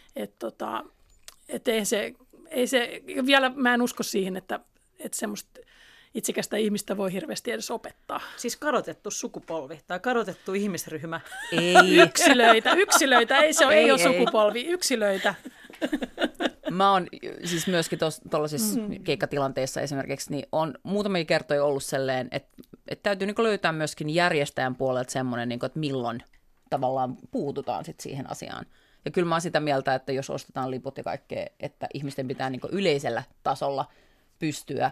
C: Että ei se, vielä mä en usko siihen, että semmoista itsekästä ihmistä voi hirveästi edes opettaa.
A: Siis kadotettu sukupolvi tai kadotettu ihmisryhmä.
F: Ei.
C: Yksilöitä, ei ole sukupolvi, yksilöitä.
F: Mä oon siis myöskin tuollaisissa keikkatilanteissa esimerkiksi, niin on muutamia kertoja ollut sellainen, että täytyy niin löytää myöskin järjestäjän puolelta semmoinen, niin että milloin tavallaan puututaan sit siihen asiaan. Ja kyllä mä oon sitä mieltä, että jos ostetaan liput ja kaikkea, että ihmisten pitää niin yleisellä tasolla pystyä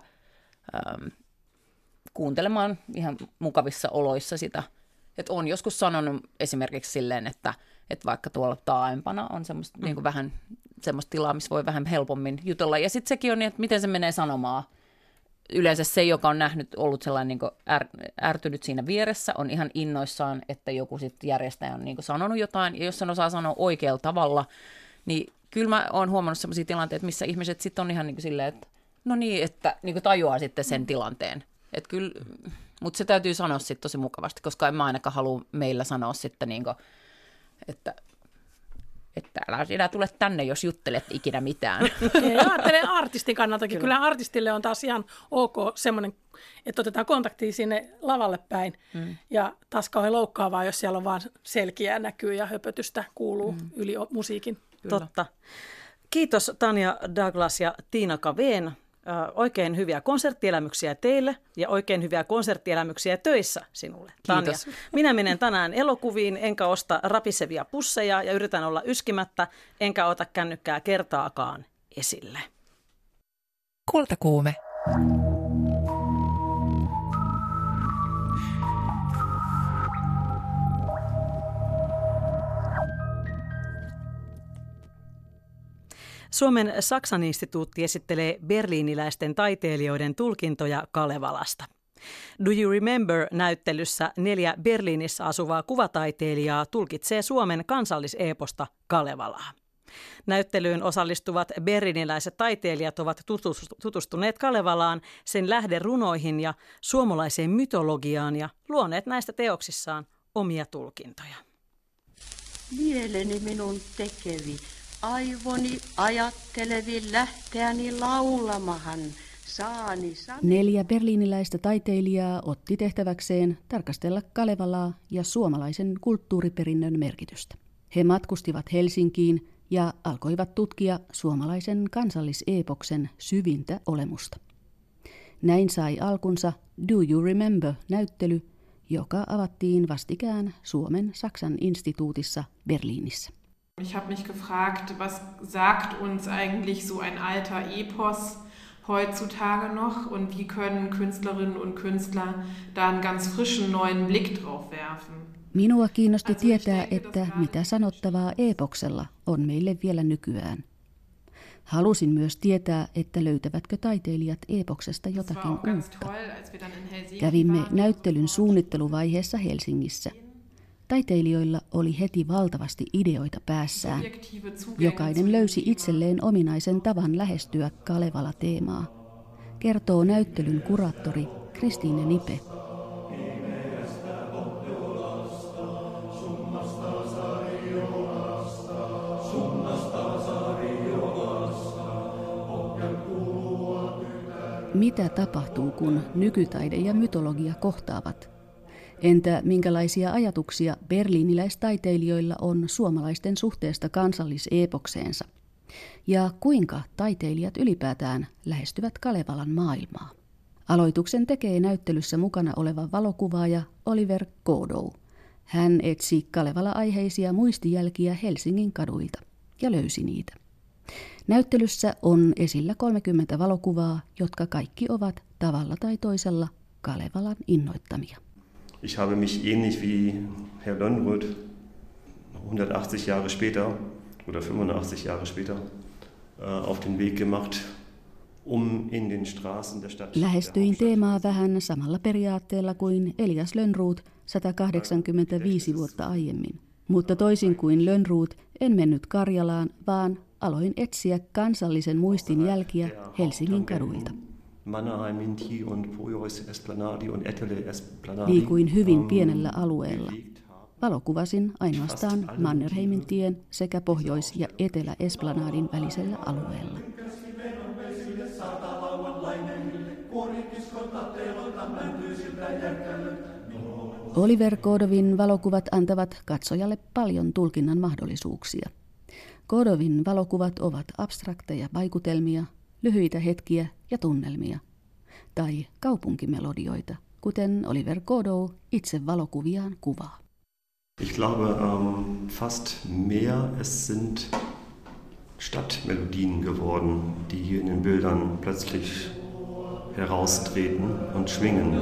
F: kuuntelemaan ihan mukavissa oloissa sitä. Että on joskus sanonut esimerkiksi silleen, että vaikka tuolla taaempana on semmoista niin vähän semmoista tilaa, missä voi vähän helpommin jutella. Ja sitten sekin on niin, että miten se menee sanomaan. Yleensä se, joka on ollut sellainen niin ärtynyt siinä vieressä, on ihan innoissaan, että joku sitten järjestäjä on niin sanonut jotain. Ja jos sen osaa sanoa oikealla tavalla, niin kyllä mä oon huomannut sellaisia tilanteita, missä ihmiset sitten on ihan niin kuin silleen, että no niin, että niin tajuaa sitten sen tilanteen. Että kyllä, mutta se täytyy sanoa sitten tosi mukavasti, koska en mä ainakaan halua meillä sanoa sitten, niin kuin, että älä sinä tule tänne, jos juttelet ikinä mitään.
C: Ajattelen artistin kannaltakin. Kyllä artistille on taas ihan ok semmoinen, että otetaan kontaktia sinne lavalle päin. Ja taas kauhean loukkaavaa, jos siellä on vaan selkiä näkyy ja höpötystä kuuluu yli musiikin.
A: Kyllä. Totta. Kiitos Tanja Douglas ja Tiina Cavén. Oikein hyviä konserttielämyksiä teille ja oikein hyviä konserttielämyksiä töissä sinulle, Tanja.
F: Kiitos.
A: Minä menen tänään elokuviin, enkä osta rapisevia pusseja ja yritän olla yskimättä, enkä ota kännykkää kertaakaan esille.
I: Kultakuume.
A: Suomen Saksan instituutti esittelee berliiniläisten taiteilijoiden tulkintoja Kalevalasta. Do You Remember-näyttelyssä 4 Berliinissä asuvaa kuvataiteilijaa tulkitsee Suomen kansalliseeposta Kalevalaa. Näyttelyyn osallistuvat berliiniläiset taiteilijat ovat tutustuneet Kalevalaan, sen lähderunoihin ja suomalaiseen mytologiaan ja luoneet näistä teoksissaan omia tulkintoja.
J: Mieleni minun tekevi. Aivoni ajattelevi lähteäni laulamahan, saani
K: 4 berliiniläistä taiteilijaa otti tehtäväkseen tarkastella Kalevalaa ja suomalaisen kulttuuriperinnön merkitystä. He matkustivat Helsinkiin ja alkoivat tutkia suomalaisen kansalliseepoksen syvintä olemusta. Näin sai alkunsa Do You Remember-näyttely, joka avattiin vastikään Suomen Saksan instituutissa Berliinissä.
L: Ich habe mich gefragt, was sagt uns eigentlich so ein alter Epos heutzutage noch und wie können Künstlerinnen und Künstler da einen ganz frischen neuen Blick drauf werfen.
K: Minua kiinnosti tietää, että mitä sanottavaa epoksella on meille vielä nykyään. Halusin myös tietää, että löytävätkö taiteilijat epoksesta jotakin uutta. Kävimme näyttelyn suunnitteluvaiheessa Helsingissä. Taiteilijoilla oli heti valtavasti ideoita päässään. Jokainen löysi itselleen ominaisen tavan lähestyä Kalevala-teemaa, kertoo näyttelyn kuraattori Kristiine Nipe. Mitä tapahtuu, kun nykytaide ja mytologia kohtaavat? Entä minkälaisia ajatuksia berliiniläistaiteilijoilla on suomalaisten suhteesta kansalliseepokseensa? Ja kuinka taiteilijat ylipäätään lähestyvät Kalevalan maailmaa? Aloituksen tekee näyttelyssä mukana oleva valokuvaaja Oliver Kodow. Hän etsi Kalevala-aiheisia muistijälkiä Helsingin kaduilta ja löysi niitä. Näyttelyssä on esillä 30 valokuvaa, jotka kaikki ovat tavalla tai toisella Kalevalan innoittamia.
M: Ich habe mich ähnlich wie Herr Lönnröth 180 Jahre später oder 85 Jahre später auf den Weg gemacht,
K: Lähestyin teemaa vähän samalla periaatteella kuin Elias Lönnrot 185 vuotta aiemmin. Mutta toisin kuin Lönnrot, en mennyt Karjalaan, vaan aloin etsiä kansallisen muistin jälkiä Helsingin kaduilta. Liikuin hyvin pienellä alueella. Valokuvasin ainoastaan Mannerheimin tien sekä Pohjois- ja Etelä-Esplanadin välisellä alueella. Oliver Godovin valokuvat antavat katsojalle paljon tulkinnan mahdollisuuksia. Godovin valokuvat ovat abstrakteja vaikutelmia, lyhyitä hetkiä ja tunnelmia. Tai kaupunkimelodioita, kuten Oliver Godov itse valokuviaan kuvaa.
M: Ich glaube fast mehr es sind Stadtmelodien geworden, die hier in den Bildern plötzlich heraustreten und schwingen.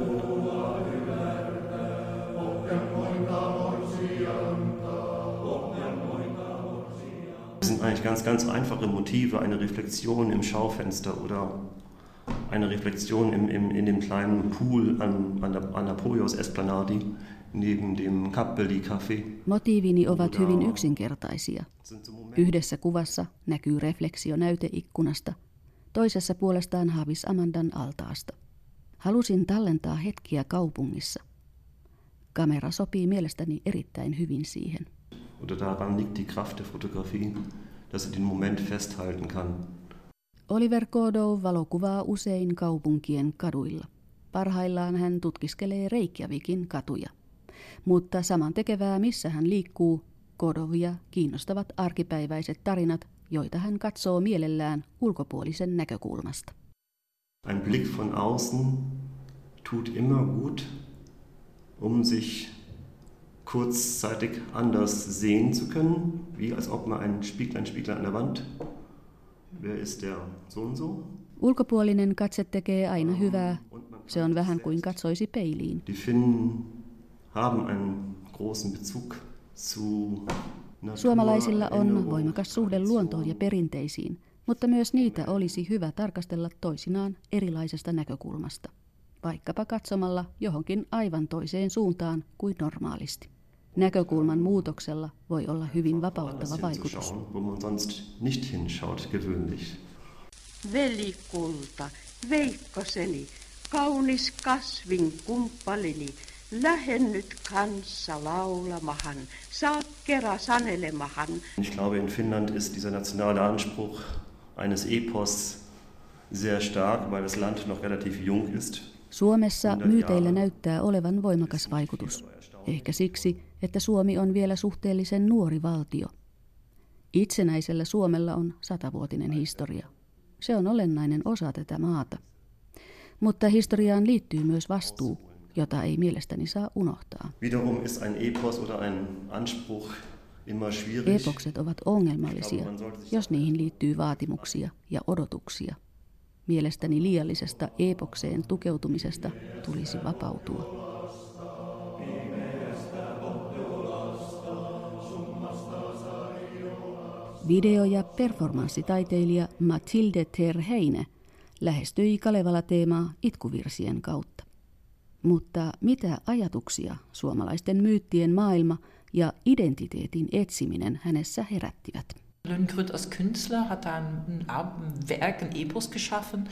M: Das sind eigentlich ganz einfache Motive, eine Reflexion im Schaufenster oder eine Reflexion in dem kleinen Pool an der Pohjois-Esplanadi neben dem Kappeli-Café.
K: Motiivini ovat hyvin yksinkertaisia. Yhdessä kuvassa näkyy refleksio näyteikkunasta, toisessa puolestaan haavis Amandan altaasta. Halusin tallentaa hetkiä kaupungissa. Kamera sopii mielestäni erittäin hyvin siihen.
M: Oder daran liegt die Kraft der Fotografie, dass sie den Moment festhalten kann.
K: Oliver Godov valokuvaa usein kaupunkien kaduilla. Parhaillaan hän tutkiskelee Reykjavikin katuja. Mutta samantekevää missä hän liikkuu, Godovia kiinnostavat arkipäiväiset tarinat, joita hän katsoo mielellään ulkopuolisen näkökulmasta.
M: Ein Blick von außen tut immer gut, sich kurzzeitig anders sehen zu können, wie als ob man ein Spieglein an der Wand. Wer ist der so und so?
K: Ulkopuolinen katse tekee aina hyvää. Se on vähän kuin katsoisi peiliin.
M: Die Finnen haben einen großen Bezug zu Natur.
K: Suomalaisilla on voimakas suhde luontoon ja perinteisiin, mutta myös niitä olisi hyvä tarkastella toisinaan erilaisesta näkökulmasta, vaikkapa katsomalla johonkin aivan toiseen suuntaan kuin normaalisti. Näkökulman muutoksella voi olla hyvin vapauttava vaikutus.
J: Velikulta, veikkoseni, kaunis kasvin kumppalini, lähennyt kanssa laulamahan, saat kera sanelemahan.
M: Ich glaube, in Finnland ist dieser nationale Anspruch eines Epos sehr stark, weil das Land noch relativ jung ist.
K: Suomessa myyteillä näyttää olevan voimakas vaikutus. Ehkä siksi, että Suomi on vielä suhteellisen nuori valtio. Itsenäisellä Suomella on 100-vuotinen historia. Se on olennainen osa tätä maata. Mutta historiaan liittyy myös vastuu, jota ei mielestäni saa unohtaa.
M: Wiederum ist ein Epos oder ein Anspruch immer schwierig.
K: Epokset ovat ongelmallisia, jos niihin liittyy vaatimuksia ja odotuksia. Mielestäni liiallisesta epokseen tukeutumisesta tulisi vapautua. Video- ja performanssitaiteilija Mathilde Terheine lähestyi Kalevala-teemaa itkuvirsien kautta. Mutta mitä ajatuksia suomalaisten myyttien maailma ja identiteetin etsiminen hänessä herättivät?
I: Lönnrot als Künstler hat ein Werk, ein Epos geschaffen,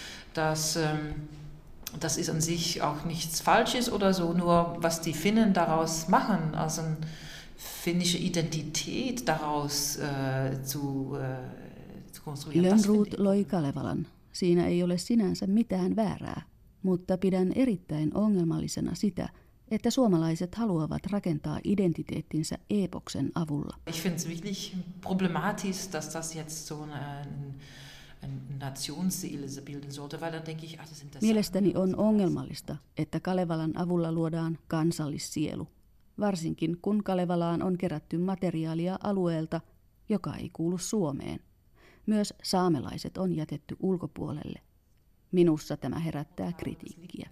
I: das ist an sich auch nichts Falsches oder so, nur was die Finnen daraus machen, also eine finnische Identität daraus zu konstruieren.
K: Lönnrot loi Kalevalan. Siinä ei ole sinänsä mitään väärää, mutta pidän erittäin ongelmallisena sitä, että suomalaiset haluavat rakentaa identiteettinsä epoksen avulla.
I: Ich finde es wirklich problematisch, dass das jetzt so eine Nationsseele bilden sollte, weil dann denke ich, das sind das.
K: Mielestäni on ongelmallista, että Kalevalan avulla luodaan kansallissielu, varsinkin kun Kalevalaan on kerätty materiaalia alueelta, joka ei kuulu Suomeen. Myös saamelaiset on jätetty ulkopuolelle. Minussa tämä herättää kritiikkiä.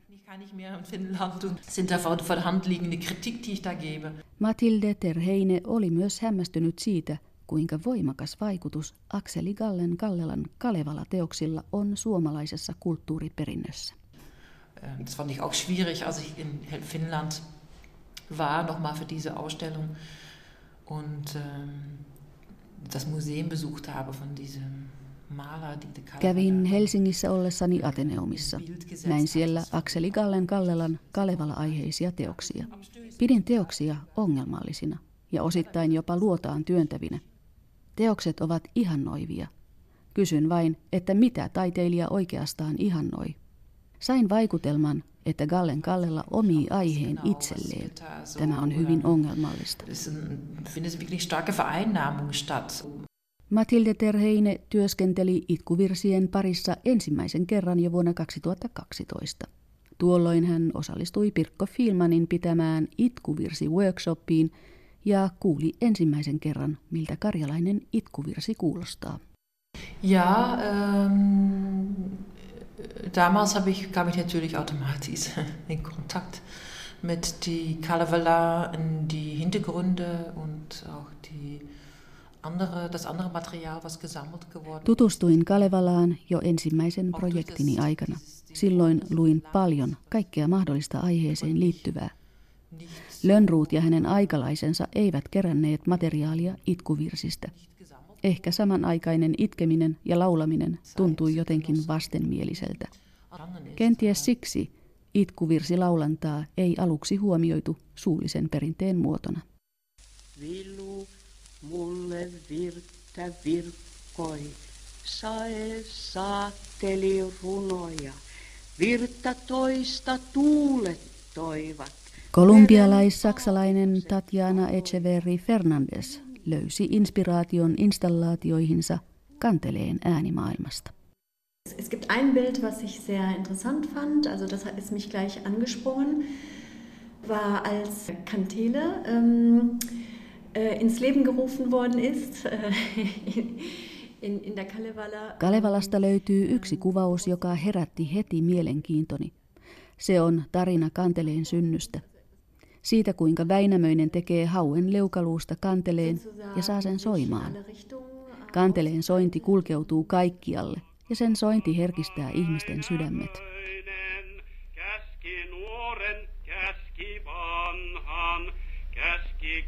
K: Mathilde Terheine oli myös hämmästynyt siitä, kuinka voimakas vaikutus Akseli Gallen-Kallelan Kalevala-teoksilla on suomalaisessa kulttuuriperinnössä.
I: Das fand ich auch schwierig, als ich in Finnland war, nochmal für diese Ausstellung und das Museum besucht habe von diesem Maler, die Kalevala.
K: Kävin Helsingissä ollessani Ateneumissa. Näin siellä Akseli Gallen-Kallelan Kalevala-aiheisia teoksia. Pidin teoksia ongelmallisina ja osittain jopa luotaan työntävinä. Teokset ovat ihannoivia. Kysyn vain, että mitä taiteilija oikeastaan ihannoi. Sain vaikutelman, että Gallen-Kallela omii aiheen itselleen. Tämä on hyvin ongelmallista. Mathilde Terheine työskenteli itkuvirsien parissa ensimmäisen kerran jo vuonna 2012. Tuolloin hän osallistui Pirkko Fielmanin pitämään itkuvirsi-workshopiin ja kuuli ensimmäisen kerran, miltä karjalainen itkuvirsi kuulostaa.
I: Ja, damals kam ich natürlich automatisch in Kontakt mit die Kalevala, die Hintergründe und auch das andere Material, was gesammelt geworden.
K: Tutustuin Kalevalaan jo ensimmäisen projektini aikana. Silloin luin paljon kaikkea mahdollista aiheeseen liittyvää. Lönnroth ja hänen aikalaisensa eivät keränneet materiaalia itkuvirsistä. Ehkä samanaikainen itkeminen ja laulaminen tuntui jotenkin vastenmieliseltä. Kenties siksi itkuvirsilaulantaa ei aluksi huomioitu suullisen perinteen muotona.
J: Vilu mulle virttä virkkoi, sae saatteli runoja, virttä toista tuulet toivat.
K: Kolumbialais-saksalainen Tatjana Echeverri-Fernandes löysi inspiraation installaatioihinsa Kanteleen äänimaailmasta.
N: Es gibt ein Bild, was ich sehr interessant fand, also das ist mich gleich angesprungen, war als Kantele ins Leben gerufen worden ist in der Kalevala.
K: Kalevalasta löytyy yksi kuvaus, joka herätti heti mielenkiintoni. Se on tarina Kanteleen synnystä. Siitä, kuinka Väinämöinen tekee hauen leukaluusta kanteleen ja saa sen soimaan. Kanteleen sointi kulkeutuu kaikkialle ja sen sointi herkistää ihmisten sydämet.
O: Käski nuoren, käski vanhan, käski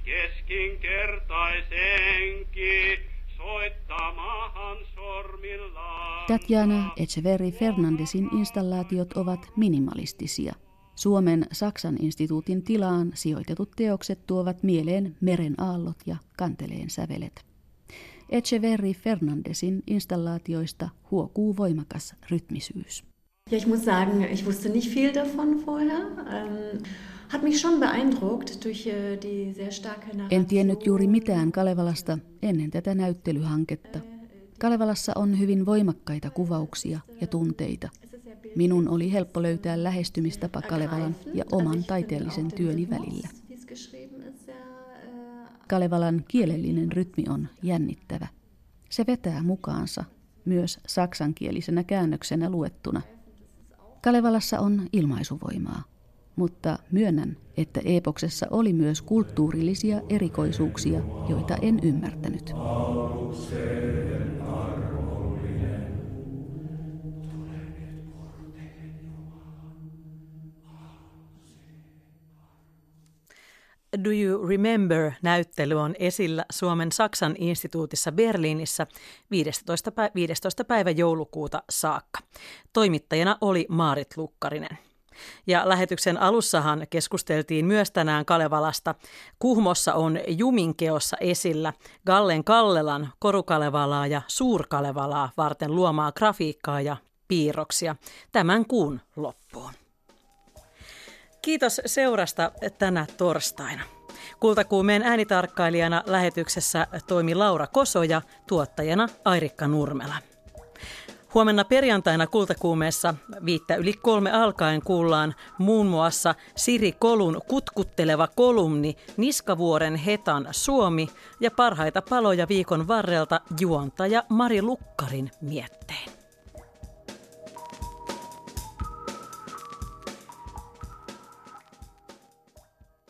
O: keskinkertaisenkin, soittamahan sormillaan.
K: Tatjana Echeverri-Fernandesin installaatiot ovat minimalistisia. Suomen Saksan instituutin tilaan sijoitetut teokset tuovat mieleen meren aallot ja Kanteleen sävelet. Echeverri-Fernandesin installaatioista huokuu voimakas rytmisyys.
N: Ja, ich muss sagen, ich wusste nicht viel davon vorher. Hat mich schon beeindruckt durch die sehr starke Narration.
K: En tiennyt juuri mitään Kalevalasta ennen tätä näyttelyhanketta. Kalevalassa on hyvin voimakkaita kuvauksia ja tunteita. Minun oli helppo löytää lähestymistapa Kalevalan ja oman taiteellisen työni välillä. Kalevalan kielellinen rytmi on jännittävä. Se vetää mukaansa, myös saksankielisenä käännöksenä luettuna. Kalevalassa on ilmaisuvoimaa, mutta myönnän, että eepoksessa oli myös kulttuurillisia erikoisuuksia, joita en ymmärtänyt.
A: Do You Remember -näyttely on esillä Suomen Saksan instituutissa Berliinissä 15. päivä joulukuuta saakka. Toimittajana oli Maarit Lukkarinen. Ja lähetyksen alussahan keskusteltiin myös tänään Kalevalasta. Kuhmossa on Juminkeossa esillä Gallen-Kallelan Korukalevalaa ja Suurkalevalaa varten luomaa grafiikkaa ja piirroksia tämän kuun loppuun. Kiitos seurasta tänä torstaina. Kultakuumeen äänitarkkailijana lähetyksessä toimi Laura Koso ja tuottajana Airikka Nurmela. Huomenna perjantaina Kultakuumeessa 2:05 alkaen kuullaan muun muassa Siri Kolun kutkutteleva kolumni Niskavuoren Hetan Suomi ja parhaita paloja viikon varrelta juontaja Mari Lukkarin miettein.